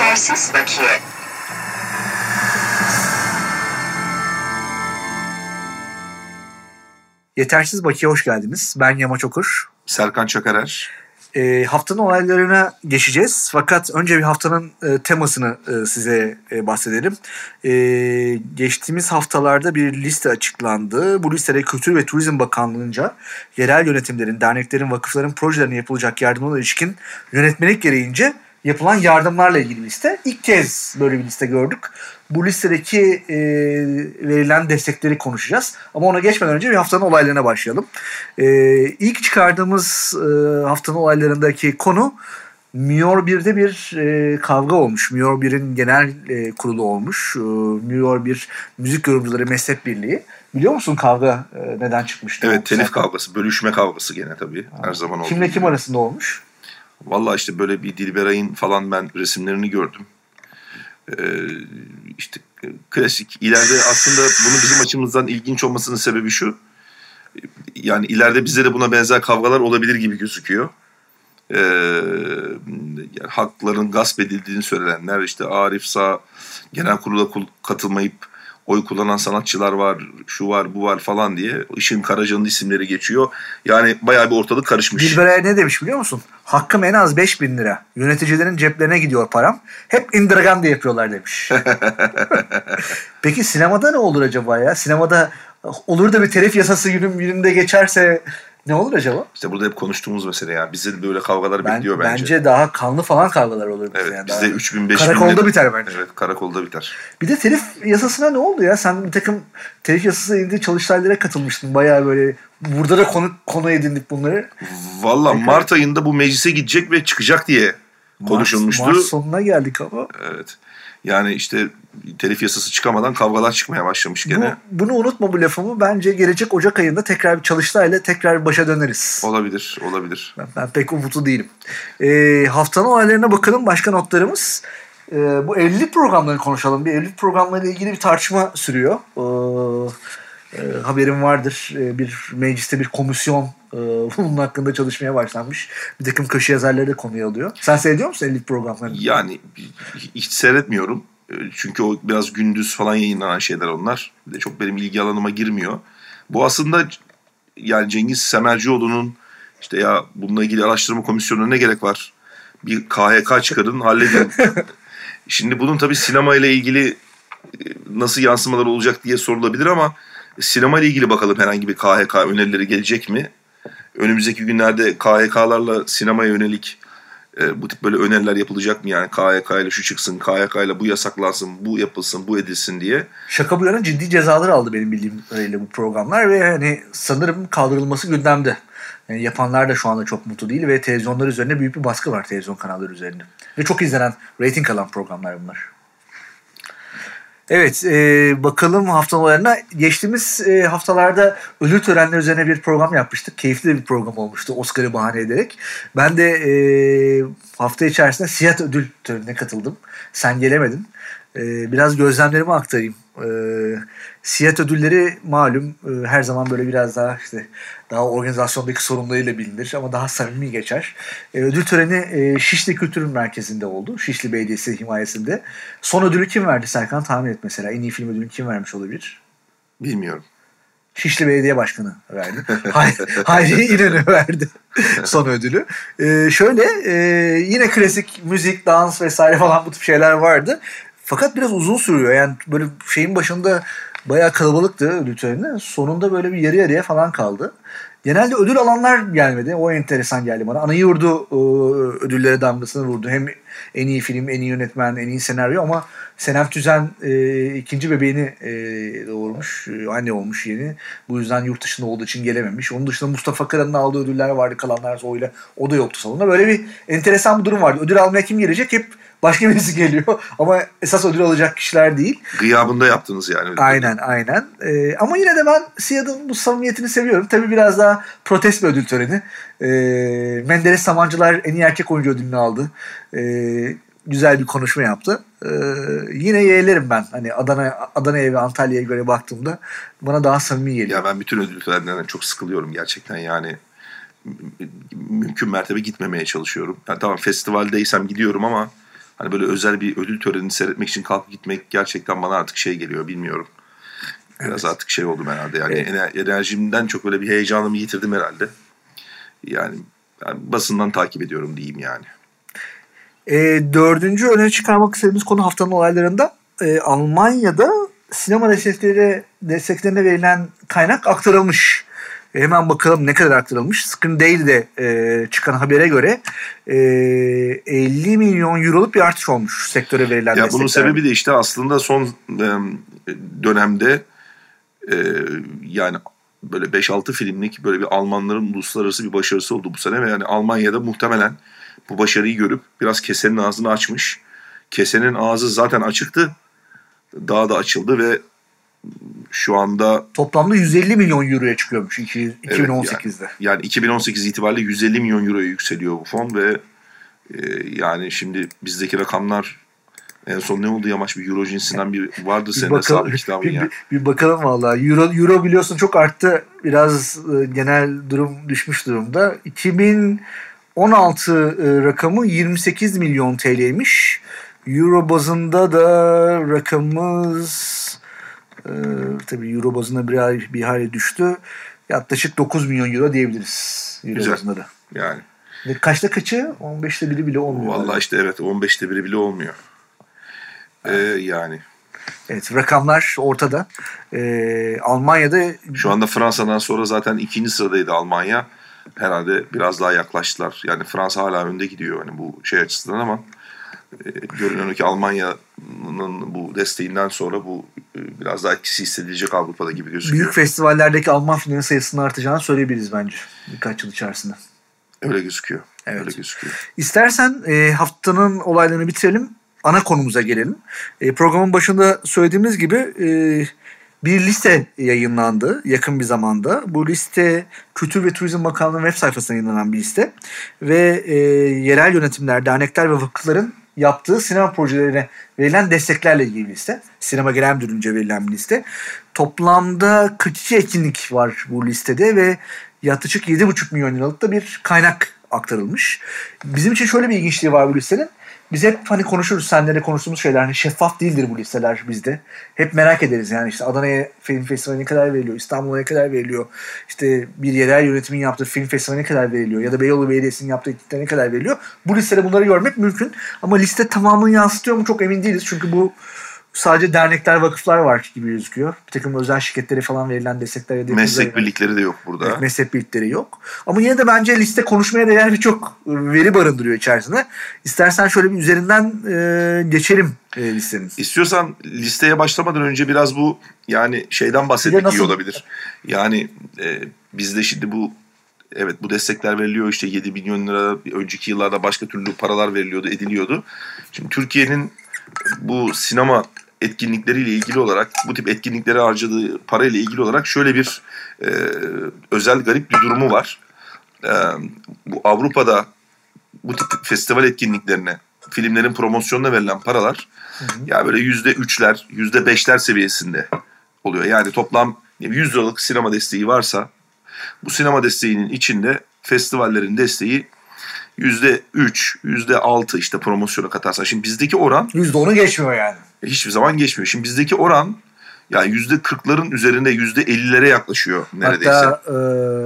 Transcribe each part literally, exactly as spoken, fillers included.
Yetersiz bakiye. Yetersiz Bakiye hoş geldiniz. Ben Yamaç Okur. Serkan Çakarer. E, haftanın olaylarına geçeceğiz. Fakat önce bir haftanın e, temasını e, size e, bahsedelim. E, geçtiğimiz haftalarda bir liste açıklandı. Bu listede Kültür ve Turizm Bakanlığı'nca yerel yönetimlerin, derneklerin, vakıfların projelerine yapılacak yardımlara ilişkin yönetmelik gereğince yapılan yardımlarla ilgili liste. İlk kez böyle bir liste gördük. Bu listedeki e, verilen destekleri konuşacağız. Ama ona geçmeden önce bir haftanın olaylarına başlayalım. E, ilk çıkardığımız e, haftanın olaylarındaki konu Mior bir'de bir e, kavga olmuş. Mior bir'in genel e, kurulu olmuş. E, Mior bir Müzik Yorumcuları Meslek Birliği. Biliyor musun kavga e, neden çıkmıştı? Evet, telif zaten kavgası, bölüşme kavgası gene tabii. Ha. Her zaman olduğu Kimle kim gibi arasında olmuş? Vallahi işte böyle bir Dilberay'ın falan ben resimlerini gördüm. Ee, işte klasik. İleride aslında bunun bizim açımızdan ilginç olmasının sebebi şu. Yani ileride bize de buna benzer kavgalar olabilir gibi gözüküyor. Ee, yani hakların gasp edildiğini söylenenler, işte Arif Sağ genel kurula katılmayıp oy kullanan sanatçılar var, şu var, bu var falan diye Işın Karaca'nın isimleri geçiyor. Yani bayağı bir ortalık karışmış. Dilberay'a ne demiş biliyor musun? Hakkım en az beş bin lira. Yöneticilerin ceplerine gidiyor param. Hep indirgan diye yapıyorlar demiş. Peki sinemada ne olur acaba ya? Sinemada olur da bir telif yasası günün birinde geçerse ne olur acaba? İşte burada hep konuştuğumuz mesele ya. Bizde de böyle kavgalar ben, bekliyor bence. Bence daha kanlı falan kavgalar olur. Evet, yani bizde üç bin beş bin Karakolda biter bence. Evet, karakolda biter. Bir de telif yasasına ne oldu ya? Sen bir takım telif yasasıyla ilgili çalıştaylara katılmıştın. Bayağı böyle burada da konu, konu edindik bunları. Valla Mart ayında bu meclise gidecek ve çıkacak diye konuşulmuştu. Mart, Mart sonuna geldik ama. Evet. Yani işte telif yasası çıkamadan kavgalar çıkmaya başlamış gene. Bu, bunu unutma bu lafımı. Bence gelecek Ocak ayında tekrar bir çalıştayla tekrar başa döneriz. Olabilir, olabilir. Ben, ben pek umutlu değilim. Ee, haftanın olaylarına bakalım. Başka notlarımız. Ee, bu evlilik programlarını konuşalım. Bir evlilik programlarıyla ilgili bir tartışma sürüyor. Ee, e, haberim vardır. Ee, bir mecliste bir komisyon e, bunun hakkında çalışmaya başlanmış. Bir takım köşe yazarları da konuya alıyor. Sen seyrediyor musun evlilik programlarını? Yani hiç seyretmiyorum. Çünkü o biraz gündüz falan yayınlanan şeyler onlar. Bir de çok benim ilgi alanıma girmiyor. Bu aslında yani Cengiz Semercioğlu'nun işte ya bununla ilgili araştırma komisyonuna ne gerek var? Bir K H K çıkarın, halledin. Şimdi bunun tabii sinema ile ilgili nasıl yansımalar olacak diye sorulabilir ama sinema ile ilgili bakalım herhangi bir K H K önerileri gelecek mi? Önümüzdeki günlerde K H K'larla sinemaya yönelik e, bu tip böyle öneriler yapılacak mı? Yani K H K ile şu çıksın, K H K ile bu yasaklansın, bu yapılsın, bu edilsin diye. Şaka bu yana ciddi cezalar aldı benim bildiğim kadarıyla bu programlar ve hani sanırım kaldırılması gündemde. Yani yapanlar da şu anda çok mutlu değil ve televizyonlar üzerine büyük bir baskı var, televizyon kanalları üzerinde. Ve çok izlenen, reyting alan programlar bunlar. Evet, e, bakalım hafta olaylarına. Geçtiğimiz e, haftalarda ödül törenleri üzerine bir program yapmıştık. Keyifli bir program olmuştu Oscar'ı bahane ederek. Ben de e, hafta içerisinde Siyah ödül törenine katıldım. Sen gelemedin. E, biraz gözlemlerimi aktarayım. E, Siyah ödülleri malum e, her zaman böyle biraz daha işte daha organizasyondaki sorunlarıyla bilinir ama daha samimi geçer. E, ödül töreni e, Şişli Kültür Merkezi'nde oldu. Şişli Belediyesi himayesinde. Son ödülü kim verdi Serkan? Tahmin et mesela. En iyi film ödülünü kim vermiş olabilir? Bilmiyorum. Şişli Belediye Başkanı verdi. Hayri İnönü verdi son ödülü. E, şöyle e, yine klasik müzik, dans vesaire falan bu tip şeyler vardı. Fakat biraz uzun sürüyor. Yani böyle şeyin başında bayağı kalabalıktı ödül töreni. Sonunda böyle bir yarı yarıya falan kaldı. Genelde ödül alanlar gelmedi. O enteresan geldi bana. Anayurdu e, ödüllere damgasını vurdu. Hem en iyi film, en iyi yönetmen, en iyi senaryo ama Senem Tüzen e, ikinci bebeğini e, doğurmuş. E, anne olmuş yeni. Bu yüzden yurt dışında olduğu için gelememiş. Onun dışında Mustafa Kara'nın aldığı ödüller vardı. Kalanlar oyla. O da yoktu salonda. Böyle bir enteresan bir durum vardı. Ödül almaya kim gelecek? Hep başka birisi geliyor. Ama esas ödül alacak kişiler değil. Gıyabında yaptınız yani. Aynen aynen. Ee, ama yine de ben Siyah'ın bu samimiyetini seviyorum. Tabii biraz daha protest bir ödül töreni. Ee, Menderes Samancılar en iyi erkek oyuncu ödülünü aldı. Ee, güzel bir konuşma yaptı. Ee, yine yeğlerim ben. Hani Adana Adana'ya ve Antalya'ya göre baktığımda bana daha samimi geliyor. Ya ben bütün ödül törenlerinden çok sıkılıyorum gerçekten yani. Mümkün mertebe gitmemeye çalışıyorum. Yani tamam festivaldeysem gidiyorum ama hani böyle özel bir ödül törenini seyretmek için kalkıp gitmek gerçekten bana artık şey geliyor, bilmiyorum. Biraz evet. Artık şey oldum herhalde. Yani evet. Enerjimden çok böyle bir heyecanımı yitirdim herhalde. Yani, yani basından takip ediyorum diyeyim yani. E, dördüncü öne çıkarmak istediğimiz konu haftanın olaylarında e, Almanya'da sinema destekleri, desteklerine verilen kaynak aktarılmış. E, hemen bakalım ne kadar aktarılmış. Screen Daily'de e, çıkan habere göre e, elli milyon euroluk bir artış olmuş sektöre verilen ya destekler. Bunun sebebi de işte aslında son e, dönemde e, yani böyle beş altı filmlik böyle bir Almanların uluslararası bir başarısı oldu bu sene ve yani Almanya'da muhtemelen bu başarıyı görüp biraz kesenin ağzını açmış. Kesenin ağzı zaten açıktı. Daha da açıldı ve şu anda toplamda yüz elli milyon euroya çıkıyormuş iki bin on sekizde. Evet, yani, yani iki bin on sekiz itibariyle yüz elli milyon euroya yükseliyor bu fon ve e, yani şimdi bizdeki rakamlar en son ne oldu Yamaç, bir Euro cinsinden bir vardı senin hesabı kitabın bir, ya. Bir, bir bakalım vallahi. Euro, Euro biliyorsun çok arttı. Biraz e, genel durum düşmüş durumda. iki bin on altı e, rakamı yirmi sekiz milyon T L'ymiş. Euro bazında da rakamımız e, tabii Euro bazında bir, bir hale düştü. Yaklaşık dokuz milyon euro diyebiliriz. Euro güzel. Bazında da. Yani. Ve kaçta kaçı? on beşte biri bile olmuyor. Vallahi yani. işte evet on beşte biri bile olmuyor. Ee, yani. Evet, rakamlar ortada. Ee, Almanya'da şu anda Fransa'dan sonra zaten ikinci sıradaydı Almanya. Herhalde biraz daha yaklaştılar. Yani Fransa hala önde gidiyor hani bu şey açısından ama e, görünen o ki Almanya'nın bu desteğinden sonra bu e, biraz daha etkisi hissedilecek Avrupa'da gibi gözüküyor. Büyük festivallerdeki Alman filmlerin sayısının artacağını söyleyebiliriz bence birkaç yıl içerisinde. Öyle gözüküyor. Evet. Öyle gözüküyor. İstersen e, haftanın olaylarını bitirelim. Ana konumuza gelelim. E, programın başında söylediğimiz gibi e, bir liste yayınlandı yakın bir zamanda. Bu liste Kültür ve Turizm Bakanlığı'nın web sayfasına yayınlanan bir liste. Ve e, yerel yönetimler, dernekler ve vakıfların yaptığı sinema projelerine verilen desteklerle ilgili bir liste. Sinema Genel Müdürlüğü'nce verilen bir liste. Toplamda kırk iki etkinlik var bu listede ve yaklaşık yedi buçuk milyon liralık da bir kaynak aktarılmış. Bizim için şöyle bir ilginçliği var bu listenin. Biz hep hani konuşuruz, seninle de konuştuğumuz şeyler, hani şeffaf değildir bu listeler bizde. Hep merak ederiz yani işte Adana'ya film festivali ne kadar veriliyor, İstanbul'a ne kadar veriliyor, işte bir yerel yönetimin yaptığı film festivali ne kadar veriliyor ya da Beyoğlu Belediyesi'nin yaptığı etkinlikler ne kadar veriliyor. Bu listede bunları görmek mümkün ama liste tamamını yansıtıyor mu çok emin değiliz. Çünkü bu sadece dernekler, vakıflar var gibi gözüküyor. Bir takım özel şirketlere falan verilen destekler ya da meslek birlikleri de yok burada. Evet, meslek birlikleri yok. Ama yine de bence liste konuşmaya değer birçok veri barındırıyor içerisinde. İstersen şöyle bir üzerinden e, geçelim e, listenin. İstiyorsan listeye başlamadan önce biraz bu yani şeyden bahsetmek nasıl iyi olabilir. Yani e, bizde şimdi bu evet bu destekler veriliyor işte yedi milyon lira, önceki yıllarda başka türlü paralar veriliyordu, ediliyordu. Şimdi Türkiye'nin bu sinema etkinlikleriyle ilgili olarak, bu tip etkinliklere harcadığı parayla ilgili olarak şöyle bir e, özel garip bir durumu var. E, bu Avrupa'da bu tip festival etkinliklerine, filmlerin promosyonuna verilen paralar hı hı. ya böyle yüzde üçler, yüzde beşler seviyesinde oluyor. Yani toplam yüz liralık sinema desteği varsa bu sinema desteğinin içinde festivallerin desteği yüzde üç, yüzde altı işte promosyona katarsan. Şimdi bizdeki oran yüzde onu geçmiyor yani. Hiçbir zaman geçmiyor. Şimdi bizdeki oran yani yüzde kırkların üzerinde yüzde ellilere yaklaşıyor neredeyse. Hatta e,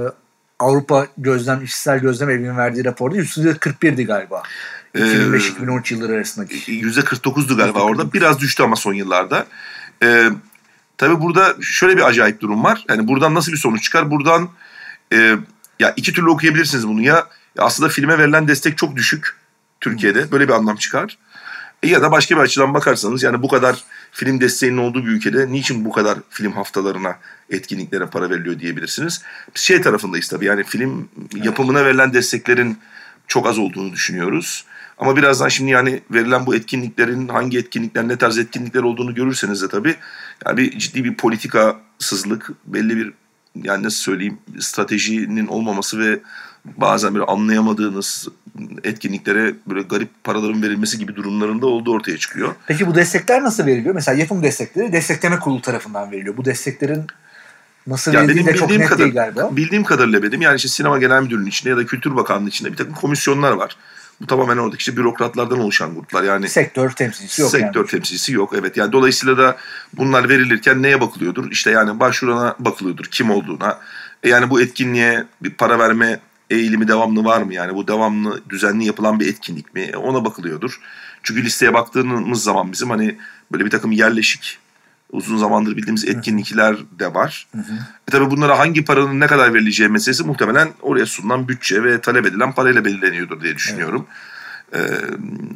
Avrupa Gözlem, İşsel Gözlem Evi'nin verdiği raporda yüzde kırk birdi galiba. iki bin beş iki bin on üç yılları arasındaki. yüzde kırk dokuzdu galiba orada. Biraz düştü ama son yıllarda. Ee, tabii burada şöyle bir acayip durum var. Yani buradan nasıl bir sonuç çıkar? Buradan e, ya iki türlü okuyabilirsiniz bunu. Ya aslında filme verilen destek çok düşük Türkiye'de. Böyle bir anlam çıkar. E ya da başka bir açıdan bakarsanız yani bu kadar film desteğinin olduğu bir ülkede niçin bu kadar film haftalarına, etkinliklere para veriliyor diyebilirsiniz. Biz şey tarafındayız tabii yani film yapımına verilen desteklerin çok az olduğunu düşünüyoruz. Ama birazdan şimdi yani verilen bu etkinliklerin hangi etkinlikler, ne tarz etkinlikler olduğunu görürseniz de tabii yani bir ciddi bir politikasızlık, belli bir yani nasıl söyleyeyim stratejinin olmaması ve bazen böyle anlayamadığınız etkinliklere böyle garip paraların verilmesi gibi durumlarında olduğu ortaya çıkıyor. Peki bu destekler nasıl veriliyor? Mesela yapım destekleri destekleme kurulu tarafından veriliyor. Bu desteklerin nasıl ya verildiği de çok net kadar, değil galiba. Bildiğim kadarıyla benim yani işte Sinema Genel Müdürlüğü'nün içinde ya da Kültür Bakanlığı içinde bir takım komisyonlar var. Bu tamamen oradaki işte bürokratlardan oluşan gruplar. Yani sektör temsilcisi yok. Sektör yani. temsilcisi yok. Evet. Yani dolayısıyla da bunlar verilirken neye bakılıyordur? İşte yani başvurana bakılıyordur. Kim olduğuna. E yani bu etkinliğe bir para verme eğilimi devamlı var mı? Yani bu devamlı düzenli yapılan bir etkinlik mi? E ona bakılıyordur. Çünkü listeye baktığımız zaman bizim hani böyle bir takım yerleşik uzun zamandır bildiğimiz etkinlikler de var. Hı hı. E tabii bunlara hangi paranın ne kadar verileceği meselesi muhtemelen oraya sunulan bütçe ve talep edilen parayla belirleniyordur diye düşünüyorum. Evet. Ee,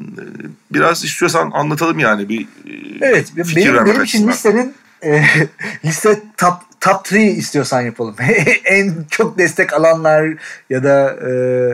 biraz istiyorsan anlatalım yani bir evet, fikir benim, benim için listenin e, liste top top üç istiyorsan yapalım. En çok destek alanlar ya da e,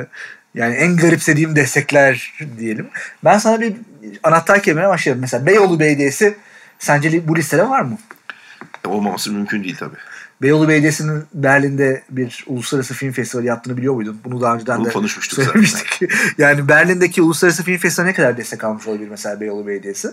yani en garipsediğim destekler diyelim. Ben sana bir anahtar kelimeye başlayalım. Mesela Beyoğlu Belediyesi sence bu listede var mı? Olmaması mümkün değil tabii. Beyoğlu Belediyesi'nin Berlin'de bir uluslararası film festivali yaptığını biliyor muydun? Bunu daha önceden Bunu de konuşmuştuk söylemiştik. Yani Berlin'deki uluslararası film festivali ne kadar destek almış olabilir mesela Beyoğlu Belediyesi?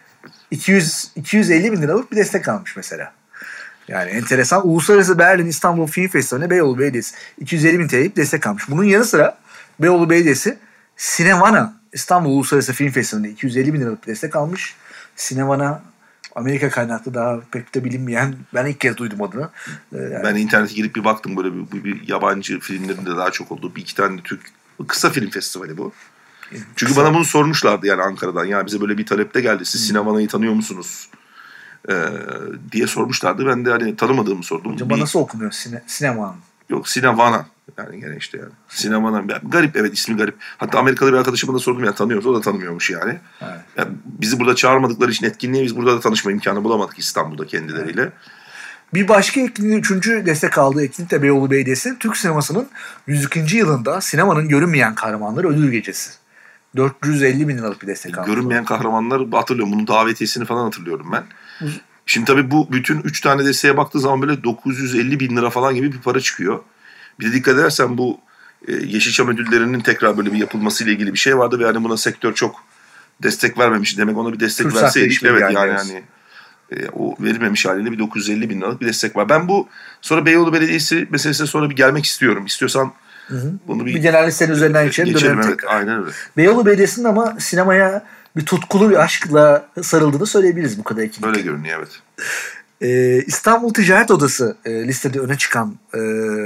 iki yüz iki yüz elli bin liralık bir destek almış mesela. Yani enteresan. Uluslararası Berlin İstanbul Film Festivali'ne Beyoğlu Belediyesi iki yüz elli bin T L'lik destek almış. Bunun yanı sıra Beyoğlu Belediyesi Sinevana İstanbul Uluslararası Film Festivali'ne iki yüz elli bin liralık bir destek almış. Sinevana Amerika kaynaklı, daha pek de bilinmeyen, ben ilk kez duydum adını. Yani ben internete girip bir baktım, böyle bir, bir, bir yabancı filmlerin de daha çok olduğu bir iki tane de Türk kısa film festivali bu. Çünkü kısa. Bana bunu sormuşlardı yani Ankara'dan. Ya bize böyle bir talepte geldi. Siz hmm. Sinevana'yı tanıyor musunuz? Ee, diye sormuşlardı. Ben de hani tanımadığımı sordum. Acaba bir... nasıl okunuyor Sine, Sinevana? Yok, Sinevana. Yani gene işte yani. Sinevana. Yani garip, evet, ismi garip. Hatta Amerikalı bir arkadaşıma da sordum ya, tanıyorsa, o da tanımıyormuş yani. Evet. Yani bizi burada çağırmadıkları için etkinliğe biz burada da tanışma imkanı bulamadık İstanbul'da kendileriyle. Evet. Bir başka etkinliğin üçüncü destek aldığı etkinlik de Beyoğlu Belediyesi. Türk sinemasının yüz ikinci yılında sinemanın görünmeyen kahramanları ödül gecesi. dört yüz elli bin liralık bir destek aldı. Görünmeyen kahramanlar hatırlıyorum. Bunun davetiyesini falan hatırlıyorum ben. Şimdi tabii bu bütün üç tane desteğe baktığı zaman böyle dokuz yüz elli bin lira falan gibi bir para çıkıyor. Bir de dikkat edersen bu e, Yeşilçam ödüllerinin tekrar böyle bir yapılmasıyla ilgili bir şey vardı ve yani buna sektör çok destek vermemiş. Demek ona bir destek Türk verseydik. Evet yani, yani hani e, o verilmemiş haliyle bir dokuz yüz elli bin liralık bir destek var. Ben bu sonra Beyoğlu Belediyesi meselesine sonra bir gelmek istiyorum. İstiyorsan Hı hı. Bunu bir, bir genel listenin üzerinden geçelim. Geçelim evet, aynen öyle. Beyoğlu Belediyesi'nin ama sinemaya bir tutkulu bir aşkla sarıldığını söyleyebiliriz bu kadar ekibinde. Öyle görünüyor, evet. Ee, İstanbul Ticaret Odası e, listede öne çıkan e,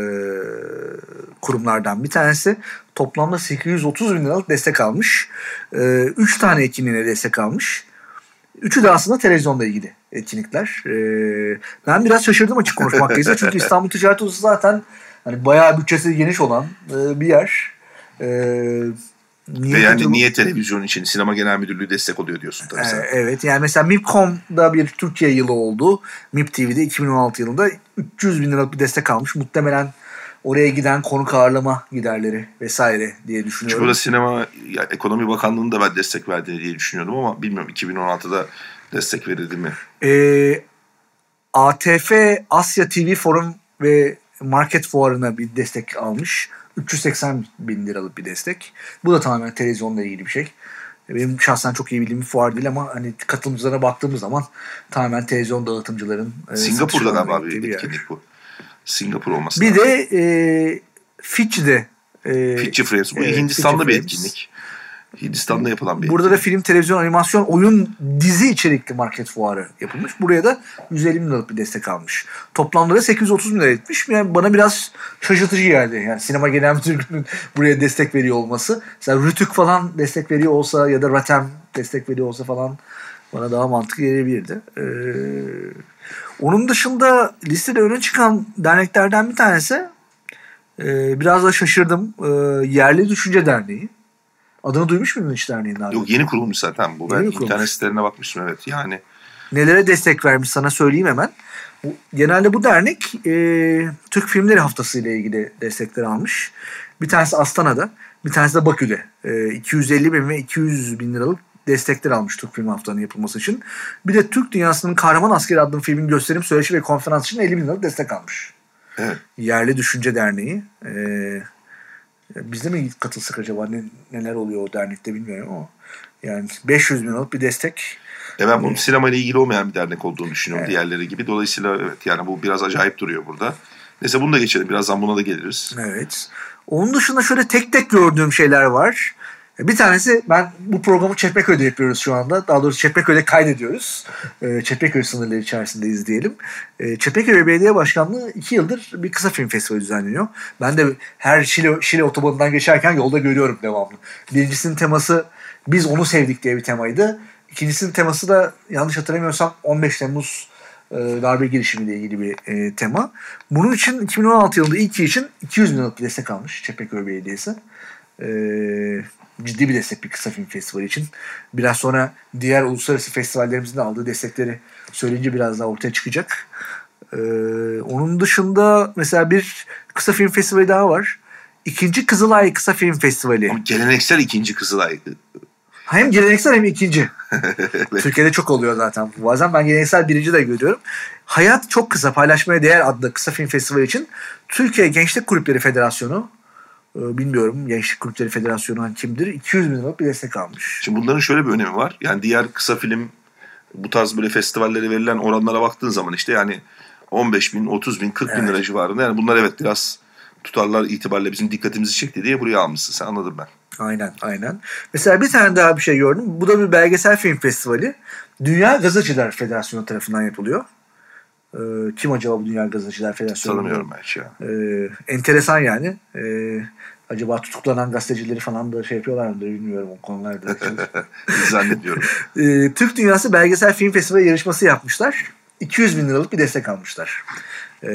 kurumlardan bir tanesi. Toplamda sekiz yüz otuz bin liralık destek almış. E, üç tane etkinliğine destek almış. Üçü de aslında televizyonla ilgili etkinlikler. E, ben biraz şaşırdım açık konuşmak gerekirse. Çünkü İstanbul Ticaret Odası zaten hani bayağı bütçesi geniş olan e, bir yer. E, Niye Ve yani niye televizyon için sinema genel müdürlüğü destek oluyor diyorsun tabii sen. Ee, evet yani mesela M İ P nokta com'da bir Türkiye yılı oldu. M İ P T V'de iki bin on altı yılında üç yüz bin liralık bir destek almış. Muhtemelen oraya giden konuk ağırlama giderleri vesaire diye düşünüyorum. Çünkü burada sinema ya, Ekonomi Bakanlığı'nın da ben destek verdiğini diye düşünüyordum ama bilmiyorum iki bin on altıda destek verildi mi? Ee, A T F Asya T V Forum ve Market Fuarı'na bir destek almış. üç yüz seksen bin liralık bir destek. Bu da tamamen televizyonla ilgili bir şey. Benim şahsen çok iyi bildiğim bir fuar değil ama hani katılımcılara baktığımız zaman tamamen televizyon dağıtımcıların Singapur'da galiba bir etkinlik bu. Singapur olması bir lazım. De e, Fitch'de e, Fitch Frames. Bu e, Hindistan'da Fitch bir Frames. Etkinlik. Hindistan'da yapılan bir Burada etkinlik. da film, televizyon, animasyon, oyun, dizi içerikli market fuarı yapılmış. Buraya da yüz elli bin liralık bir destek almış. Toplamda da sekiz yüz otuz bin lira etmiş. Yani bana biraz şaşırtıcı geldi. Yani sinema genel müdürlüğünün buraya destek veriyor olması. Mesela Rütük falan destek veriyor olsa ya da Ratem destek veriyor olsa falan bana daha mantıklı gelebilirdi. Ee, onun dışında listede öne çıkan derneklerden bir tanesi e, biraz da şaşırdım. E, Yerli Düşünce Derneği. Adını duymuş muydun hiç derneğin abi? Yok, yeni kurulmuş zaten bu. Yeni ben kurulmuş. İnternet sitelerine bakmıştım, evet yani. Nelere destek vermiş sana söyleyeyim hemen. Bu, genelde bu dernek e, Türk Filmleri Haftası ile ilgili destekler almış. Bir tanesi Astana'da, bir tanesi de Bakü'de. E, iki yüz elli bin ve iki yüz bin liralık destekler almış Türk Film Haftası'nın yapılması için. Bir de Türk Dünyası'nın Kahraman Askeri adlı filmin gösterim, söyleşi ve konferans için elli bin liralık destek almış. Evet. Yerli Düşünce Derneği. Eee Biz de mi katılsak acaba? Ne, neler oluyor o dernekte bilmiyorum ama. Yani beş yüz bin liralık bir destek. E ben bunun evet. Sinema ile ilgili olmayan bir dernek olduğunu düşünüyorum, evet. Diğerleri gibi. Dolayısıyla evet yani bu biraz acayip duruyor burada. Neyse bunu da geçelim. Birazdan buna da geliriz. Evet. Onun dışında şöyle tek tek gördüğüm şeyler var. Bir tanesi, ben bu programı Çekmeköy'de yapıyoruz şu anda. Daha doğrusu Çekmeköy'de kaydediyoruz. E, Çekmeköy sınırları içerisindeyiz diyelim. E, Çekmeköy Belediye Başkanlığı iki yıldır bir kısa film festivali düzenleniyor. Ben de her Şile, Şile otobanından geçerken yolda görüyorum devamlı. Birincisinin teması Biz Onu Sevdik diye bir temaydı. İkincisinin teması da yanlış hatırlamıyorsam on beş Temmuz e, darbe girişimiyle ilgili bir e, tema. Bunun için iki bin on altı yılında ilki için iki yüz bin liralık bir destek almış Çekmeköy Belediyesi. Eee ciddi bir destek bir kısa film festivali için. Biraz sonra diğer uluslararası festivallerimizin de aldığı destekleri söyleyince biraz daha ortaya çıkacak. Ee, onun dışında mesela bir kısa film festivali daha var. İkinci Kızılay Kısa Film Festivali. Ama geleneksel ikinci Kızılay. Hem geleneksel hem ikinci. Evet. Türkiye'de çok oluyor zaten. Bazen ben geleneksel birinci de görüyorum. Hayat Çok Kısa, Paylaşmaya Değer adlı kısa film festivali için Türkiye Gençlik Kulüpleri Federasyonu, bilmiyorum Gençlik Kulüpleri Federasyonu kimdir, iki yüz bin liralık bir destek almış. Şimdi bunların şöyle bir önemi var. Yani diğer kısa film, bu tarz böyle festivallere verilen oranlara baktığın zaman işte yani on beş bin, otuz bin, kırk bin evet. lira civarında. Yani bunlar evet biraz tutarlar itibariyle bizim dikkatimizi çekti diye buraya almışsın. Sen anladın ben. Aynen aynen. Mesela bir tane daha bir şey gördüm. Bu da bir belgesel film festivali. Dünya Gazeteciler Federasyonu tarafından yapılıyor. Ee, kim acaba bu Dünya Gazeteciler Federasyonu? Tanımıyorum ben hiç ya. Ee, enteresan yani. Ee, acaba tutuklanan gazetecileri falan da şey yapıyorlar mıdır bilmiyorum o konularda. Zannediyorum. Ee, Türk Dünyası Belgesel Film Festivali yarışması yapmışlar. iki yüz bin liralık bir destek almışlar. Ee,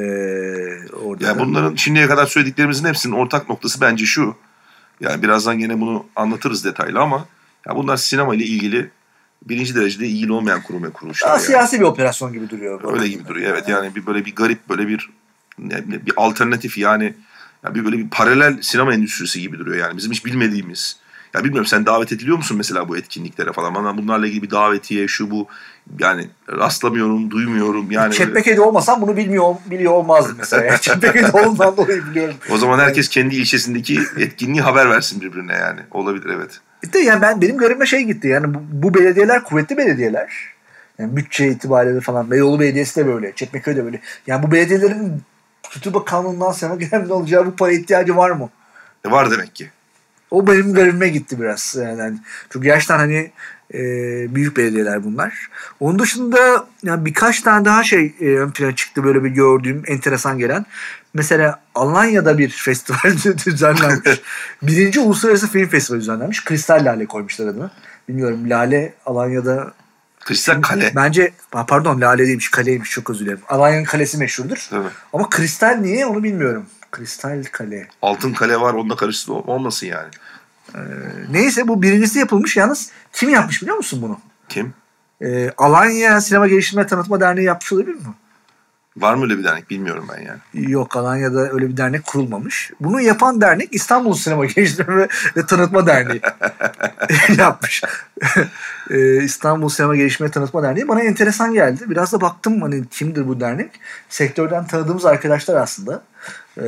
orada yani da... bunların şimdiye kadar söylediklerimizin hepsinin ortak noktası bence şu. Yani birazdan yine bunu anlatırız detaylı ama ya bunlar sinema ile ilgili birinci derecede ilgili olmayan kurum ve kuruluşlar. Daha yani. Siyasi bir operasyon gibi duruyor. Öyle gibi duruyor evet. Yani bir böyle bir garip böyle bir bir alternatif yani ya bir böyle bir paralel sinema endüstrisi gibi duruyor yani bizim hiç bilmediğimiz. Ya bilmiyorum sen davet ediliyor musun mesela bu etkinliklere falan? Bana bunlarla ilgili bir davetiye şu bu yani rastlamıyorum, duymuyorum yani. Çekmeköy'de olmasam bunu bilmiyor biliyor olmazdım mesela. Yani Çekmeköy'de olmadan dolayı biliyorum. O zaman herkes kendi ilçesindeki etkinliği haber versin birbirine yani. Olabilir evet. İşte yani ben benim görevime şey gitti. Yani bu, bu belediyeler kuvvetli belediyeler. Yani bütçe itibariyle falan. Beyoğlu Belediyesi de böyle. Çekmeköy de böyle. Yani bu belediyelerin Kültür Bakanlığı'ndan sonra gelen ne olacağı bu para ihtiyacı var mı? E var demek ki. O benim görevime gitti biraz. Yani çünkü gerçekten hani e, büyük belediyeler bunlar. Onun dışında yani birkaç tane daha şey e, ön plana çıktı böyle bir gördüğüm enteresan gelen. Mesela Alanya'da bir festival düzenlenmiş. Birinci Uluslararası Film Festivali düzenlenmiş. Kristal Lale koymuşlar adını. Bilmiyorum Lale Alanya'da... Kristal Kale. Bence pardon Lale değilmiş kaleymiş çok özür dilerim. Alanya'nın kalesi meşhurdur. Evet. Ama kristal niye onu bilmiyorum. Kristal Kale. Altın Kale var onunla karıştı olmasın yani. Ee, neyse bu birincisi yapılmış. Yalnız kim yapmış biliyor musun bunu? Kim? Ee, Alanya Sinema Geliştirme Tanıtma Derneği yapmış olabilir mi? Var mı öyle bir dernek bilmiyorum ben yani. Yok Alanya'da öyle bir dernek kurulmamış. Bunu yapan dernek İstanbul Sinema Geliştirme ve Tanıtma Derneği yapmış. ee, İstanbul Sinema Geliştirme ve Tanıtma Derneği bana enteresan geldi. Biraz da baktım hani kimdir bu dernek? Sektörden tanıdığımız arkadaşlar aslında. Ee,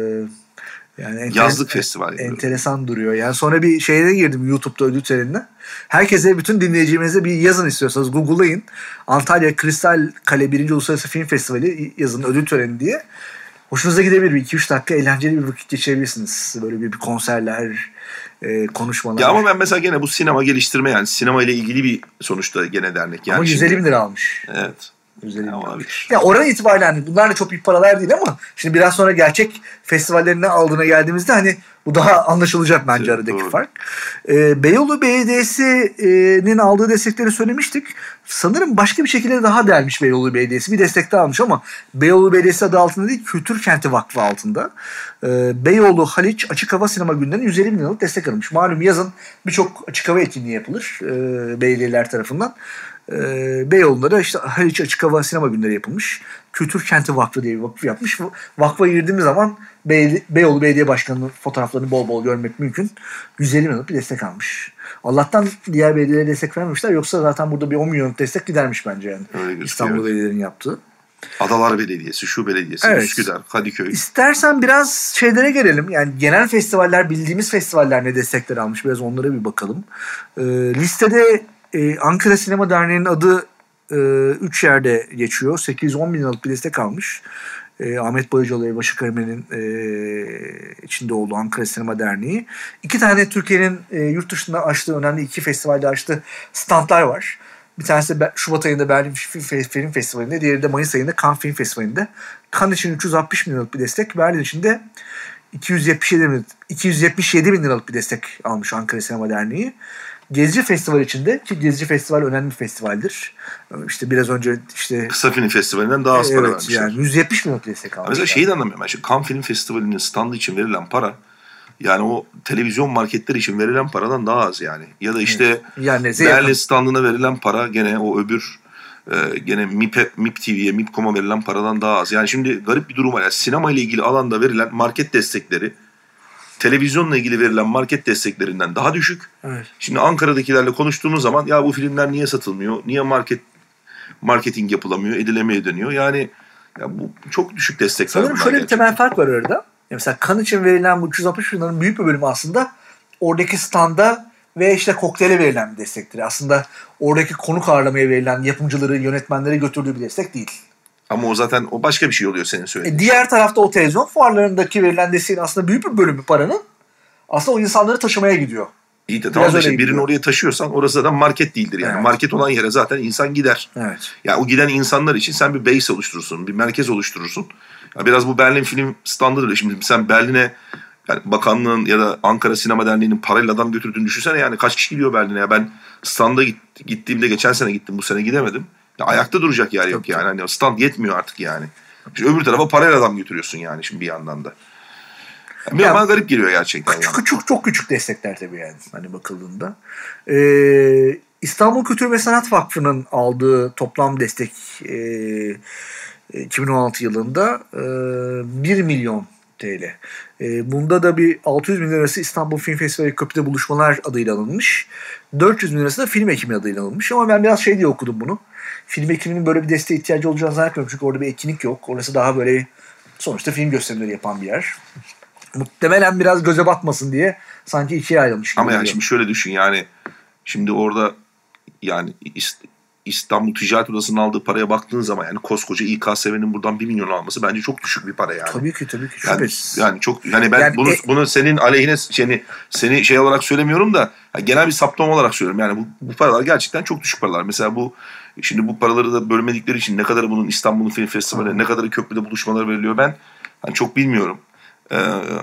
Yani enteres- Yazlık festival. Enteresan duruyor. Yani sonra bir şeye girdim YouTube'da ödül törenine. Herkese, bütün dinleyicilerinize bir yazın istiyorsanız. Google'layın. Antalya Kristal Kale birinci Uluslararası Film Festivali yazın ödül töreni diye. Hoşunuza gidebilir. Bir iki üç dakika eğlenceli bir vakit geçirebilirsiniz. Böyle bir, bir konserler, e, konuşmalar. Ya ama ben mesela gene bu sinema geliştirme yani sinema ile ilgili bir sonuçta gene dernek. Yani ama yüz elli bin lira almış. Evet. Ya, ya oran itibariyle hani bunlar da çok büyük paralar değil ama şimdi biraz sonra gerçek festivallerine aldığına geldiğimizde hani bu daha anlaşılacak bence evet, aradaki doğru. fark. Ee, Beyoğlu Belediyesi'nin aldığı destekleri söylemiştik. Sanırım başka bir şekilde daha delmiş Beyoğlu Belediyesi. Bir destek daha almış ama Beyoğlu Belediyesi adı altında değil, Kültür Kenti Vakfı altında. Ee, Beyoğlu Haliç Açık Hava Sinema Günleri'nin yüz elli bin liralık destek almış. Malum yazın birçok açık hava etkinliği yapılır e, belediyeler tarafından. Ee, Beyoğlu'nda da işte Haliç Açık Hava Sinema Günleri yapılmış. Kültür Kenti Vakfı diye bir vakıf yapmış. Vakfa girdiğimiz zaman Bey, Beyoğlu Belediye Başkanı'nın fotoğraflarını bol bol görmek mümkün. yüz elli milyon bir destek almış. Allah'tan diğer belediyelere destek vermemişler. Yoksa zaten burada bir on milyonluk destek gidermiş bence yani. İstanbul evet. Belediyelerinin yaptığı. Adalar Belediyesi, şu belediyesi, evet. Üsküdar, Kadıköy. İstersen biraz şeylere gelelim. Yani genel festivaller, bildiğimiz festivaller ne destekler almış? Biraz onlara bir bakalım. Ee, listede Ee, Ankara Sinema Derneği'nin adı üç e, yerde geçiyor. sekiz yüz on bin liralık bir destek almış. E, Ahmet Boyacıoğlu ve Başak Armen'in e, içinde olduğu Ankara Sinema Derneği. İki tane Türkiye'nin e, yurt dışında açtığı önemli iki festivalde açtığı standlar var. Bir tanesi de Şubat ayında Berlin Film Festivali'nde, diğeri de Mayıs ayında Cannes Film Festivali'nde. Cannes için üç yüz altmış bin liralık bir destek, Berlin için de iki yüz yetmiş yedi bin, iki yüz yetmiş yedi bin liralık bir destek almış Ankara Sinema Derneği. Gezici Festival içinde, ki Gezici Festival önemli bir festivaldir. İşte biraz önce işte Kısa Film Festivali'nden daha az para evet, vermişler. yani yüz yetmiş bin liralık destek almış. Mesela şeyi de anlamıyorum ben. Şimdi Cannes Film Festivali'nin standı için verilen para, yani o televizyon marketleri için verilen paradan daha az yani. Ya da işte evet. yani Berlin standına verilen para gene o öbür e, gene M İ P, M İ P T V'ye, M İ P nokta com'a verilen paradan daha az. Yani şimdi garip bir durum var. Yani sinema ile ilgili alanda verilen market destekleri televizyonla ilgili verilen market desteklerinden daha düşük. Evet. Şimdi Ankara'dakilerle konuştuğumuz zaman ya bu filmler niye satılmıyor? Niye market marketing yapılamıyor, edilemiyor deniyor. Yani ya bu çok düşük destekler. Sanırım şöyle gerçekten bir temel fark var arada. Mesela Cannes için verilen bu üç yüz altmış bin liranın büyük bir bölümü aslında oradaki standa ve işte kokteyle verilen bir destektir. Aslında oradaki konuk ağırlamaya verilen yapımcıları, yönetmenlere götürdüğü bir destek değil. Ama o zaten o başka bir şey oluyor senin söylediğin. E diğer tarafta o televizyon fuarlarındaki verilen desteğin aslında büyük bir bölümü paranın aslında o insanları taşımaya gidiyor. İyi de tamam işte birini oraya taşıyorsan orası zaten market değildir yani. Evet. Market olan yere zaten insan gider. Evet. Yani o giden insanlar için sen bir base oluşturursun, bir merkez oluşturursun. Ya biraz bu Berlin Film standıdır. Şimdi sen Berlin'e yani bakanlığın ya da Ankara Sinema Derneği'nin parayla adam götürdüğünü düşünsene yani kaç kişi gidiyor Berlin'e ya. Ben standa git, gittiğimde geçen sene gittim, bu sene gidemedim. Ya ayakta duracak yer yok yani. Hani stand yetmiyor artık yani. Şimdi öbür tarafa parayla adam götürüyorsun yani şimdi bir yandan da. Yani yani, bana garip geliyor gerçekten. Küçük, yani. küçük, çok küçük destekler tabii yani hani bakıldığında. Ee, İstanbul Kültür ve Sanat Vakfı'nın aldığı toplam destek e, iki bin on altı yılında e, bir milyon T L. E, bunda da bir altı yüz bin lirası İstanbul Film Festivali Köprüde Buluşmalar adıyla alınmış. dört yüz bin lirası da film ekimi adıyla alınmış. Ama ben biraz şey diye okudum bunu. Film ekiminin böyle bir desteğe ihtiyacı olacağını zannetmiyorum. Çünkü orada bir etkinlik yok. Orası daha böyle sonuçta film gösterimleri yapan bir yer. Muhtemelen biraz göze batmasın diye sanki ikiye ayrılmış gibi. Ama yani şimdi şöyle düşün yani şimdi orada yani İstanbul Ticaret Odası'nın aldığı paraya baktığın zaman yani koskoca İ K S V'nin buradan bir milyon alması bence çok düşük bir para yani. Tabii ki tabii ki. Yani, yani çok yani ben yani bunu e, bunu senin aleyhine seni seni şey olarak söylemiyorum da yani genel bir saptama olarak söylüyorum. Yani bu, bu paralar gerçekten çok düşük paralar. Mesela bu şimdi bu paraları da bölmedikleri için ne kadarı bunun İstanbul Film Festivali, ne kadarı köprüde buluşmalar veriliyor ben yani çok bilmiyorum. Ee,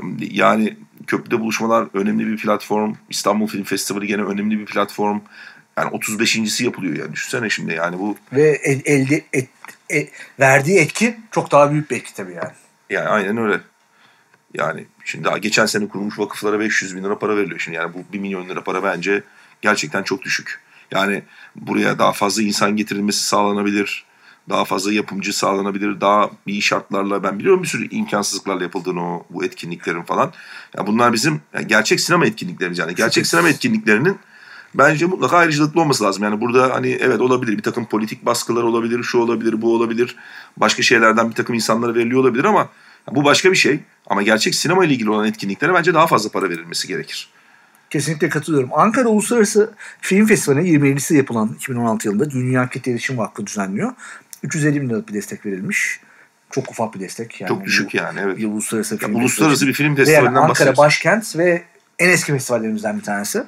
yani köprüde buluşmalar önemli bir platform. İstanbul Film Festivali gene önemli bir platform. Yani otuz beşincisi yapılıyor yani. Düşünsene şimdi yani bu. Ve el, elde et, et, verdiği etki çok daha büyük bir etki tabii yani. Yani aynen öyle. Yani şimdi daha geçen sene kurulmuş vakıflara beş yüz bin lira para veriliyor. Şimdi yani bu bir milyon lira para bence gerçekten çok düşük. Yani buraya daha fazla insan getirilmesi sağlanabilir. Daha fazla yapımcı sağlanabilir. Daha iyi şartlarla ben biliyorum bir sürü imkansızlıklarla yapıldığını o bu etkinliklerin falan. Yani bunlar bizim yani gerçek sinema etkinliklerimiz yani. Gerçek sinema etkinliklerinin bence mutlaka ayrıcalıklı olması lazım. Yani burada hani evet olabilir bir takım politik baskılar olabilir, şu olabilir, bu olabilir. Başka şeylerden bir takım insanlara veriliyor olabilir ama bu başka bir şey. Ama gerçek sinema ile ilgili olan etkinliklere bence daha fazla para verilmesi gerekir. Kesinlikle katılıyorum. Ankara Uluslararası Film Festivali'ne yirmilincisi yapılan iki bin on altı yılında Dünya Kitle İletişim Vakfı düzenliyor. üç yüz elli bin liralık bir destek verilmiş. Çok ufak bir destek. Yani çok düşük bu, yani evet. Bir uluslararası, film uluslararası bir film festivalinden yani Ankara başkent ve en eski festivallerimizden bir tanesi.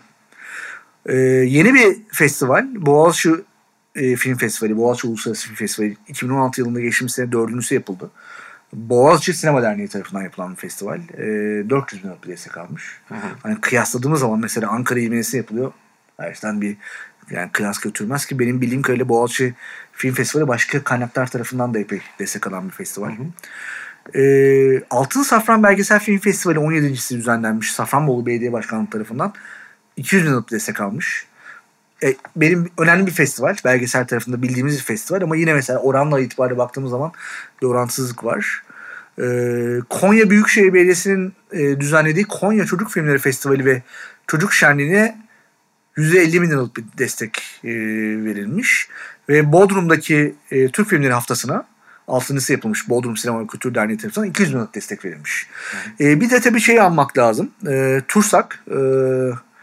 Ee, yeni bir festival. Boğaziçi e, Film Festivali, Boğaziçi Uluslararası Film Festivali iki bin on altı yılında geçtiğimiz sene dördüncüsü yapıldı. Boğaziçi Sinema Derneği tarafından yapılan bir festival. E, dört yüz bin liralık bir destek almış. Hı hı. Hani kıyasladığımız zaman mesela Ankara yirmincisi yapılıyor. Gerçekten bir yani kıyas götürmez ki benim bildiğim kadarıyla Boğaziçi Film Festivali başka kaynaklar tarafından da epey destek alan bir festival. Hı hı. E, Altın Safran Belgesel Film Festivali on yedincisi düzenlenmiş. Safranbolu Belediye Başkanlığı tarafından iki yüz bin liralık destek almış. E, benim önemli bir festival. Belgesel tarafında bildiğimiz bir festival ama yine mesela oranla itibariyle baktığımız zaman bir orantısızlık var. E, Konya Büyükşehir Belediyesi'nin e, düzenlediği Konya Çocuk Filmleri Festivali ve Çocuk Şenliği'ne yüz elli bin liralık bir destek e, verilmiş. Ve Bodrum'daki e, Türk Filmleri Haftası'na altıncısı yapılmış Bodrum Sinema ve Kültür Derneği tarafından iki yüz bin liralık destek verilmiş. E, bir de tabii şeyi anmak lazım. E, TURSAK e,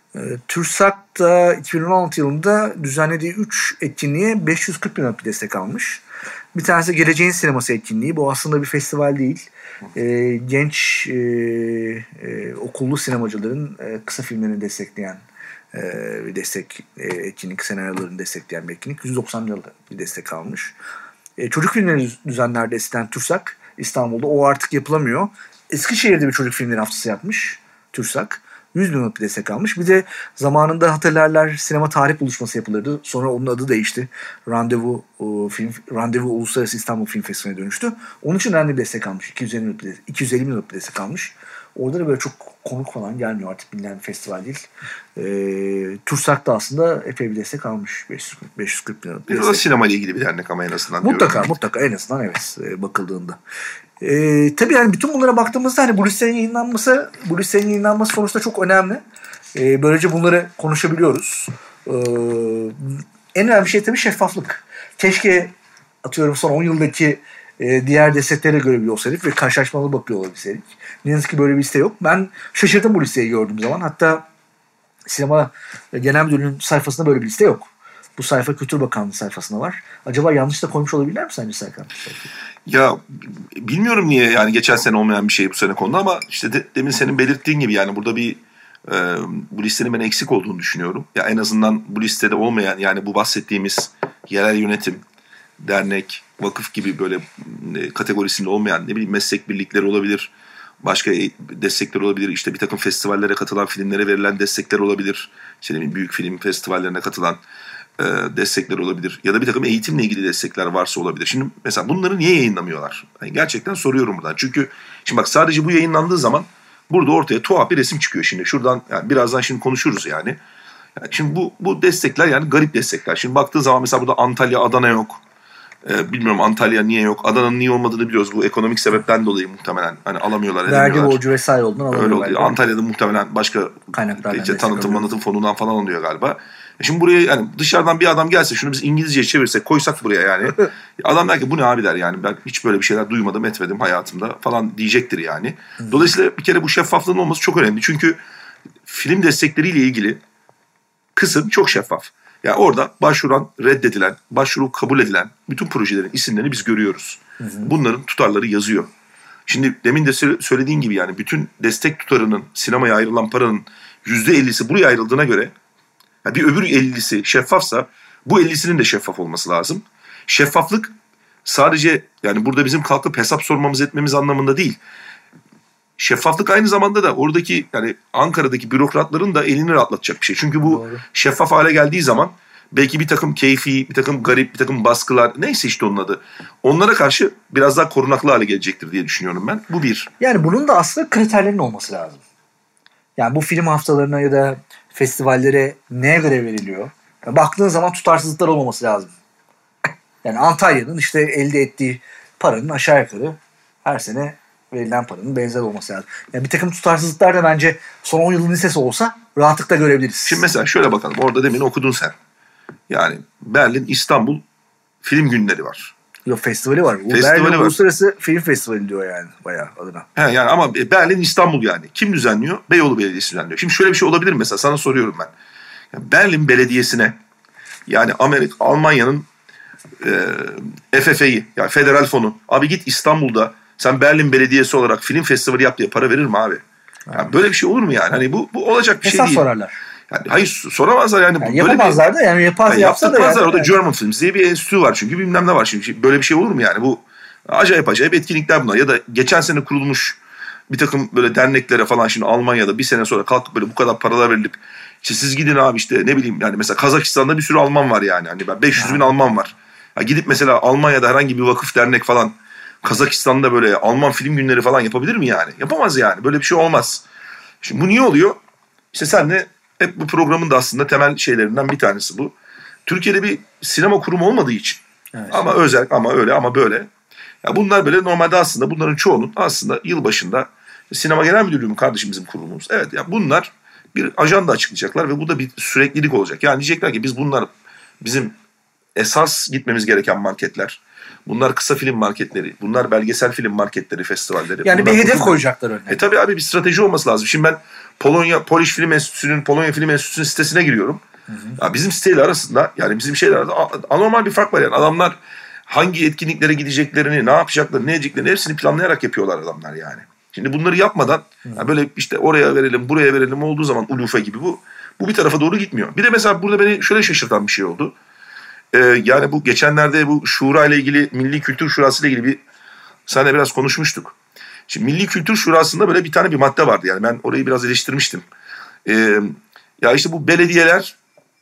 E, TÜRSAK da iki bin on altı yılında düzenlediği üç etkinliğe beş yüz kırk bin liralık bir destek almış. Bir tanesi Geleceğin Sineması etkinliği. Bu aslında bir festival değil. E, genç e, e, okullu sinemacıların e, kısa filmlerini destekleyen e, bir destek e, etkinlik, senaryolarını destekleyen bir etkinlik. yüz doksan liralık bir destek almış. E, çocuk filmleri düzenlerde eskiden TÜRSAK İstanbul'da. O artık yapılamıyor. Eskişehir'de bir çocuk filmleri haftası yapmış TÜRSAK. yüz bin liralık bir destek almış. Bir de zamanında hatırlarlar sinema tarih buluşması yapılırdı. Sonra onun adı değişti. Randevu o, film Randevu Uluslararası İstanbul Film Festivali'ne dönüştü. Onun için önemli bir destek almış. iki yüz elli bin liralık, iki yüz elli bin liralık bir destek almış. Orada da böyle çok konuk falan gelmiyor, artık bilinen bir festival değil. Ee, TÜRSAK da aslında epey bir destek almış. beş yüz kırk bin liralık bir destek. O da sinema ile ilgili bir dernek ama en azından. Mutlaka diyorum. mutlaka en azından evet e, bakıldığında. Ee, tabii yani bütün bunlara baktığımızda hani bu listenin yayınlanması, bu listenin yayınlanması sonuçta çok önemli. Ee, böylece bunları konuşabiliyoruz. Ee, en önemli şey tabii şeffaflık. Keşke atıyorum son on yıldaki e, diğer desteklere göre bir olsaydık ve karşılaşmalı bakıyor olabilseydik. Ne yazık ki böyle bir liste yok. Ben şaşırdım bu listeyi gördüğüm zaman. Hatta Sinema Genel Müdürlüğü'nün sayfasında böyle bir liste yok. Bu sayfa Kültür Bakanlığı sayfasında var. Acaba yanlış da koymuş olabilirler mi sence Serkan? Ya bilmiyorum niye yani geçen sene olmayan bir şey bu sene konuda ama işte de, demin senin belirttiğin gibi yani burada bir e, bu listenin ben eksik olduğunu düşünüyorum. Ya en azından bu listede olmayan yani bu bahsettiğimiz yerel yönetim, dernek, vakıf gibi böyle e, kategorisinde olmayan ne bileyim meslek birlikleri olabilir. Başka destekler olabilir. İşte bir takım festivallere katılan filmlere verilen destekler olabilir. İşte ne bileyim, büyük film festivallerine katılan e, destekler olabilir. Ya da bir takım eğitimle ilgili destekler varsa olabilir. Şimdi mesela bunları niye yayınlamıyorlar? Yani gerçekten soruyorum buradan. Çünkü şimdi bak sadece bu yayınlandığı zaman burada ortaya tuhaf bir resim çıkıyor şimdi. Şuradan yani birazdan şimdi konuşuruz yani. Yani şimdi bu bu destekler yani garip destekler. Şimdi baktığın zaman mesela burada Antalya, Adana yok. Ee, bilmiyorum Antalya niye yok. Adana'nın niye olmadığını biliyoruz. Bu ekonomik sebepten dolayı muhtemelen. Hani alamıyorlar, edemiyorlar. Vergi borcu vesaire olduğundan alamıyorlar. Öyle oluyor. Antalya'da muhtemelen başka işte, tanıtım manıtım fonundan falan alınıyor galiba. E şimdi buraya yani dışarıdan bir adam gelse şunu biz İngilizceye çevirsek koysak buraya yani. Adam der ki bu ne abi der yani. Ben hiç böyle bir şeyler duymadım etmedim hayatımda falan diyecektir yani. Dolayısıyla bir kere bu şeffaflığın olması çok önemli. Çünkü film destekleriyle ilgili kısım çok şeffaf. Yani orada başvuran, reddedilen, başvuru kabul edilen bütün projelerin isimlerini biz görüyoruz. Hı hı. Bunların tutarları yazıyor. Şimdi demin de söylediğin gibi yani bütün destek tutarının, sinemaya ayrılan paranın yüzde ellisi buraya ayrıldığına göre yani bir öbür ellisi şeffafsa bu ellisinin de şeffaf olması lazım. Şeffaflık sadece yani burada bizim kalkıp hesap sormamız etmemiz anlamında değil. Şeffaflık aynı zamanda da oradaki yani Ankara'daki bürokratların da elini rahatlatacak bir şey. Çünkü bu Doğru. şeffaf hale geldiği zaman belki bir takım keyfi, bir takım garip, bir takım baskılar neyse işte onun adı. Onlara karşı biraz daha korunaklı hale gelecektir diye düşünüyorum ben. Bu bir. Yani bunun da aslında kriterlerin olması lazım. Yani bu film haftalarına ya da festivallere neye göre veriliyor? Yani baktığın zaman tutarsızlıklar olmaması lazım. Yani Antalya'nın işte elde ettiği paranın aşağı yukarı her sene verilen paranın benzer olması lazım. Yani bir takım tutarsızlıklar da bence son on yılın listesi olsa rahatlıkla görebiliriz. Şimdi mesela şöyle bakalım. Orada demin okudun sen. Yani Berlin, İstanbul film günleri var. Yok festivali var. O festivali Berlin var. Uluslararası Film Festivali diyor yani bayağı adına. He yani ama Berlin, İstanbul yani. Kim düzenliyor? Beyoğlu Belediyesi düzenliyor. Şimdi şöyle bir şey olabilir mi mesela? Sana soruyorum ben. Yani Berlin Belediyesi'ne yani Amerika, Almanya'nın e, F F I'yi yani federal fonu. Abi git İstanbul'da sen Berlin Belediyesi olarak film festivali yap diye para verir mi abi? Yani böyle bir şey olur mu yani? Hani bu bu olacak bir Hesap şey değil. sorarlar. Yani hayır soramazlar yani. yani yapamazlar bir, da yani yapaz yani yapsa da yani. Orada yani. German Films diye bir enstitü var çünkü bilmem ne var şimdi. Böyle bir şey olur mu yani? Bu acayip acayip etkinlikler bunlar. Ya da geçen sene kurulmuş bir takım böyle derneklere falan şimdi Almanya'da bir sene sonra kalkıp böyle bu kadar paralar verilip işte siz gidin abi işte ne bileyim yani mesela Kazakistan'da bir sürü Alman var yani. Hani ben beş yüz bin Alman var. Ya gidip mesela Almanya'da herhangi bir vakıf dernek falan Kazakistan'da böyle Alman film günleri falan yapabilir mi yani? Yapamaz yani. Böyle bir şey olmaz. Şimdi bu niye oluyor? İşte sen de hep bu programın da aslında temel şeylerinden bir tanesi bu. Türkiye'de bir sinema kurumu olmadığı için. Evet. Ama özel ama öyle ama böyle. Ya bunlar böyle normalde aslında bunların çoğunun aslında yılbaşında Sinema Genel Müdürlüğü mü kardeşim bizim kurumumuz? Evet ya bunlar bir ajanda açıklayacaklar ve bu da bir süreklilik olacak. Yani diyecekler ki biz bunlar bizim esas gitmemiz gereken marketler. Bunlar kısa film marketleri. Bunlar belgesel film marketleri, festivalleri. Yani bunlar bir hedef film... koyacaklar önüne. E tabii abi bir strateji olması lazım. Şimdi ben Polonya, Polish Film Enstitüsü'nün, Polonya Film Enstitüsü'nün sitesine giriyorum. Hı hı. Ya bizim siteyle arasında yani bizim şeyler arasında anormal bir fark var yani. Adamlar hangi etkinliklere gideceklerini, ne yapacaklarını, ne edeceklerini hepsini planlayarak yapıyorlar adamlar yani. Şimdi bunları yapmadan yani böyle işte oraya verelim, buraya verelim olduğu zaman ulufe gibi bu bu bir tarafa doğru gitmiyor. Bir de mesela burada beni şöyle şaşırtan bir şey oldu. Ee, yani bu geçenlerde bu Şura ile ilgili, Milli Kültür Şurası ile ilgili bir seninle biraz konuşmuştuk. Şimdi Milli Kültür Şurası'nda böyle bir tane bir madde vardı yani ben orayı biraz eleştirmiştim. Ee, ya işte bu belediyeler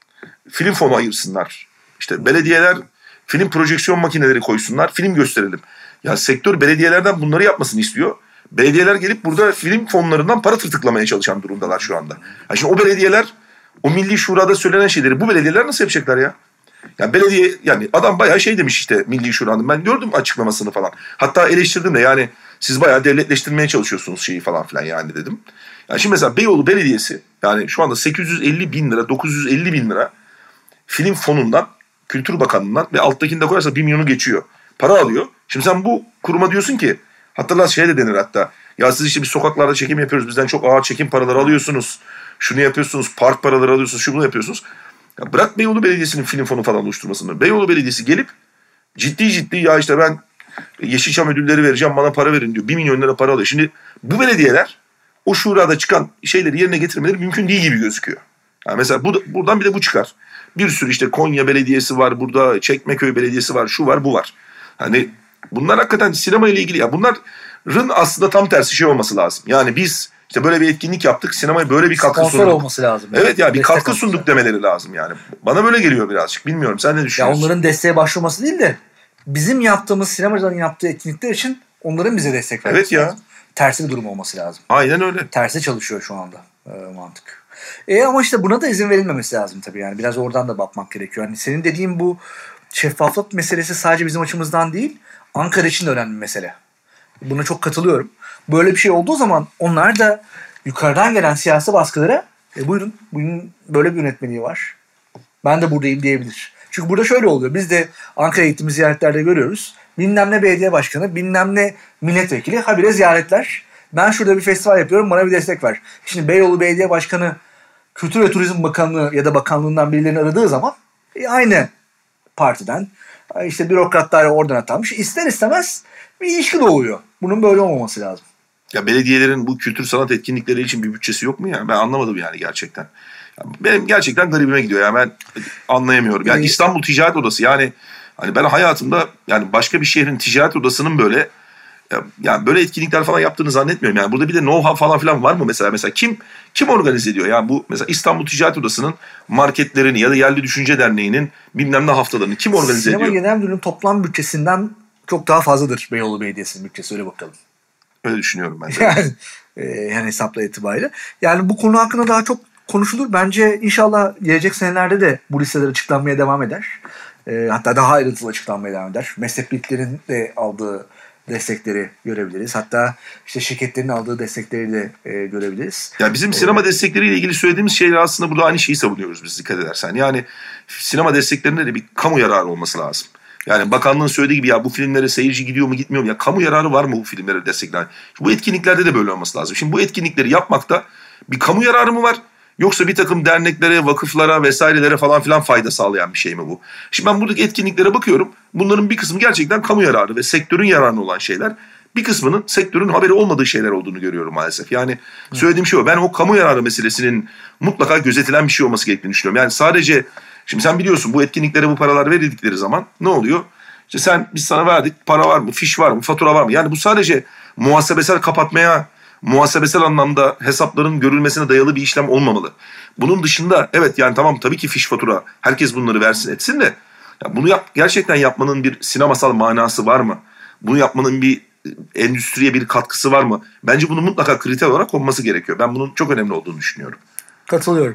film fonu ayırsınlar. İşte belediyeler film projeksiyon makineleri koysunlar, film gösterelim. Ya sektör belediyelerden bunları yapmasını istiyor. Belediyeler gelip burada film fonlarından para tırtıklamaya çalışan durumdalar şu anda. Yani şimdi o belediyeler, o Milli Şura'da söylenen şeyleri bu belediyeler nasıl yapacaklar ya? Yani belediye, yani adam bayağı şey demiş işte Milli Şura'nın. Ben gördüm açıklamasını falan. Hatta eleştirdim de yani siz bayağı devletleştirmeye çalışıyorsunuz şeyi falan filan yani dedim. Yani şimdi mesela Beyoğlu Belediyesi yani şu anda sekiz yüz elli bin lira, dokuz yüz elli bin lira film fonundan, Kültür Bakanlığı'ndan ve alttakini de koyarsa bir milyonu geçiyor. Para alıyor. Şimdi sen bu kuruma diyorsun ki hatırlar şey de denir hatta. Ya siz işte biz sokaklarda çekim yapıyoruz. Bizden çok ağır çekim paraları alıyorsunuz. Şunu yapıyorsunuz. Park paraları alıyorsunuz. Şunu yapıyorsunuz. Ya bırak Beyoğlu Belediyesi'nin film fonu falan oluşturmasını. Beyoğlu Belediyesi gelip ciddi ciddi ya işte ben Yeşilçam ödülleri vereceğim bana para verin diyor. Bir milyon lira para alıyor. Şimdi bu belediyeler o şurada çıkan şeyleri yerine getirmeleri mümkün değil gibi gözüküyor. Yani mesela bu, buradan bir de bu çıkar. Bir sürü işte Konya Belediyesi var. Burada Çekmeköy Belediyesi var. Şu var bu var. Hani bunlar hakikaten sinema ile ilgili ya. Bunların aslında tam tersi şey olması lazım. Yani biz işte böyle bir etkinlik yaptık. Sinemaya böyle bir katkı Sponsor sunduk. olması lazım. Yani. Evet ya bir Destek katkı sunduk olması. demeleri lazım yani. Bana böyle geliyor birazcık. Bilmiyorum sen ne düşünüyorsun? Ya onların desteğe başvurması değil de bizim yaptığımız sinemacıların yaptığı etkinlikler için onların bize destek vermesi Evet ya. lazım. Tersi bir durum olması lazım. Aynen öyle. Tersi çalışıyor şu anda e, mantık. E ama işte buna da izin verilmemesi lazım tabii yani. Biraz oradan da bakmak gerekiyor. Yani senin dediğin bu şeffaflık meselesi sadece bizim açımızdan değil, Ankara için de önemli bir mesele. Buna çok katılıyorum. Böyle bir şey olduğu zaman onlar da yukarıdan gelen siyasi baskılara e buyurun, bugün böyle bir yönetmeliği var. Ben de buradayım diyebilir. Çünkü burada şöyle oluyor. Biz de Ankara'ya gittiğimiz ziyaretlerde görüyoruz. Bilmem ne belediye başkanı, bilmem ne milletvekili habire ziyaretler. Ben şurada bir festival yapıyorum, bana bir destek ver. Şimdi Beyoğlu Belediye Başkanı Kültür ve Turizm Bakanlığı ya da bakanlığından birilerini aradığı zaman e, aynı partiden işte bürokratlar oradan atanmış. İster istemez bir ilişki doğuyor. Bunun böyle olmaması lazım. Ya belediyelerin bu kültür sanat etkinlikleri için bir bütçesi yok mu ya? Ben anlamadım yani gerçekten. Ya benim gerçekten garibime gidiyor ya. Ben anlayamıyorum. Yani İstanbul Ticaret Odası yani hani ben hayatımda yani başka bir şehrin ticaret odasının böyle yani böyle etkinlikler falan yaptığını zannetmiyorum. Yani burada bir de know-how falan filan var mı mesela? Mesela kim kim organize ediyor? Yani bu mesela İstanbul Ticaret Odası'nın marketlerini ya da Yerli Düşünce Derneği'nin bilmem ne haftalarını kim organize Sinema ediyor? Sinema Genel Müdürlüğü'nün toplam bütçesinden çok daha fazladır Beyoğlu Belediyesi'nin bütçesi. Öyle bakalım. Öyle düşünüyorum ben de. Yani, e, yani hesapla itibariyle. Yani bu konu hakkında daha çok konuşulur. Bence inşallah gelecek senelerde de bu listeler açıklanmaya devam eder. E, hatta daha ayrıntılı açıklanmaya devam eder. Meslek birliklerinin de aldığı destekleri görebiliriz. Hatta işte şirketlerin aldığı destekleri de e, görebiliriz. Ya bizim sinema destekleriyle ilgili söylediğimiz şeyler aslında burada aynı şeyi savunuyoruz biz dikkat edersen. Yani sinema desteklerinde de bir kamu yararı olması lazım. Yani bakanlığın söylediği gibi ya bu filmlere seyirci gidiyor mu gitmiyor mu? Ya kamu yararı var mı bu filmlere destekler? Bu etkinliklerde de böyle olması lazım. Şimdi bu etkinlikleri yapmakta bir kamu yararı mı var? Yoksa bir takım derneklere, vakıflara vesairelere falan filan fayda sağlayan bir şey mi bu? Şimdi ben buradaki etkinliklere bakıyorum. Bunların bir kısmı gerçekten kamu yararı ve sektörün yararına olan şeyler. Bir kısmının sektörün haberi olmadığı şeyler olduğunu görüyorum maalesef. Yani söylediğim şey o. Ben o kamu yararı meselesinin mutlaka gözetilen bir şey olması gerektiğini düşünüyorum. Yani sadece şimdi sen biliyorsun bu etkinliklere bu paralar verildikleri zaman ne oluyor? İşte sen biz sana verdik para var mı, fiş var mı, fatura var mı? Yani bu sadece muhasebesel kapatmaya, muhasebesel anlamda hesapların görülmesine dayalı bir işlem olmamalı. Bunun dışında evet yani tamam tabii ki fiş fatura herkes bunları versin etsin de ya bunu yap, gerçekten yapmanın bir sinemasal manası var mı? Bunu yapmanın bir endüstriye bir katkısı var mı? Bence bunun mutlaka kriter olarak konması gerekiyor. Ben bunun çok önemli olduğunu düşünüyorum. Katılıyorum.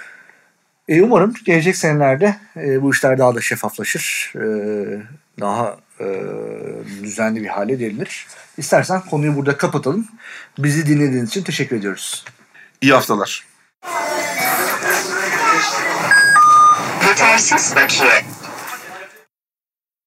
E, umarım gelecek senelerde e, bu işler daha da şeffaflaşır. E, daha e, düzenli bir hale gelinir. İstersen konuyu burada kapatalım. Bizi dinlediğiniz için teşekkür ediyoruz. İyi haftalar. Yetersiz bakiye.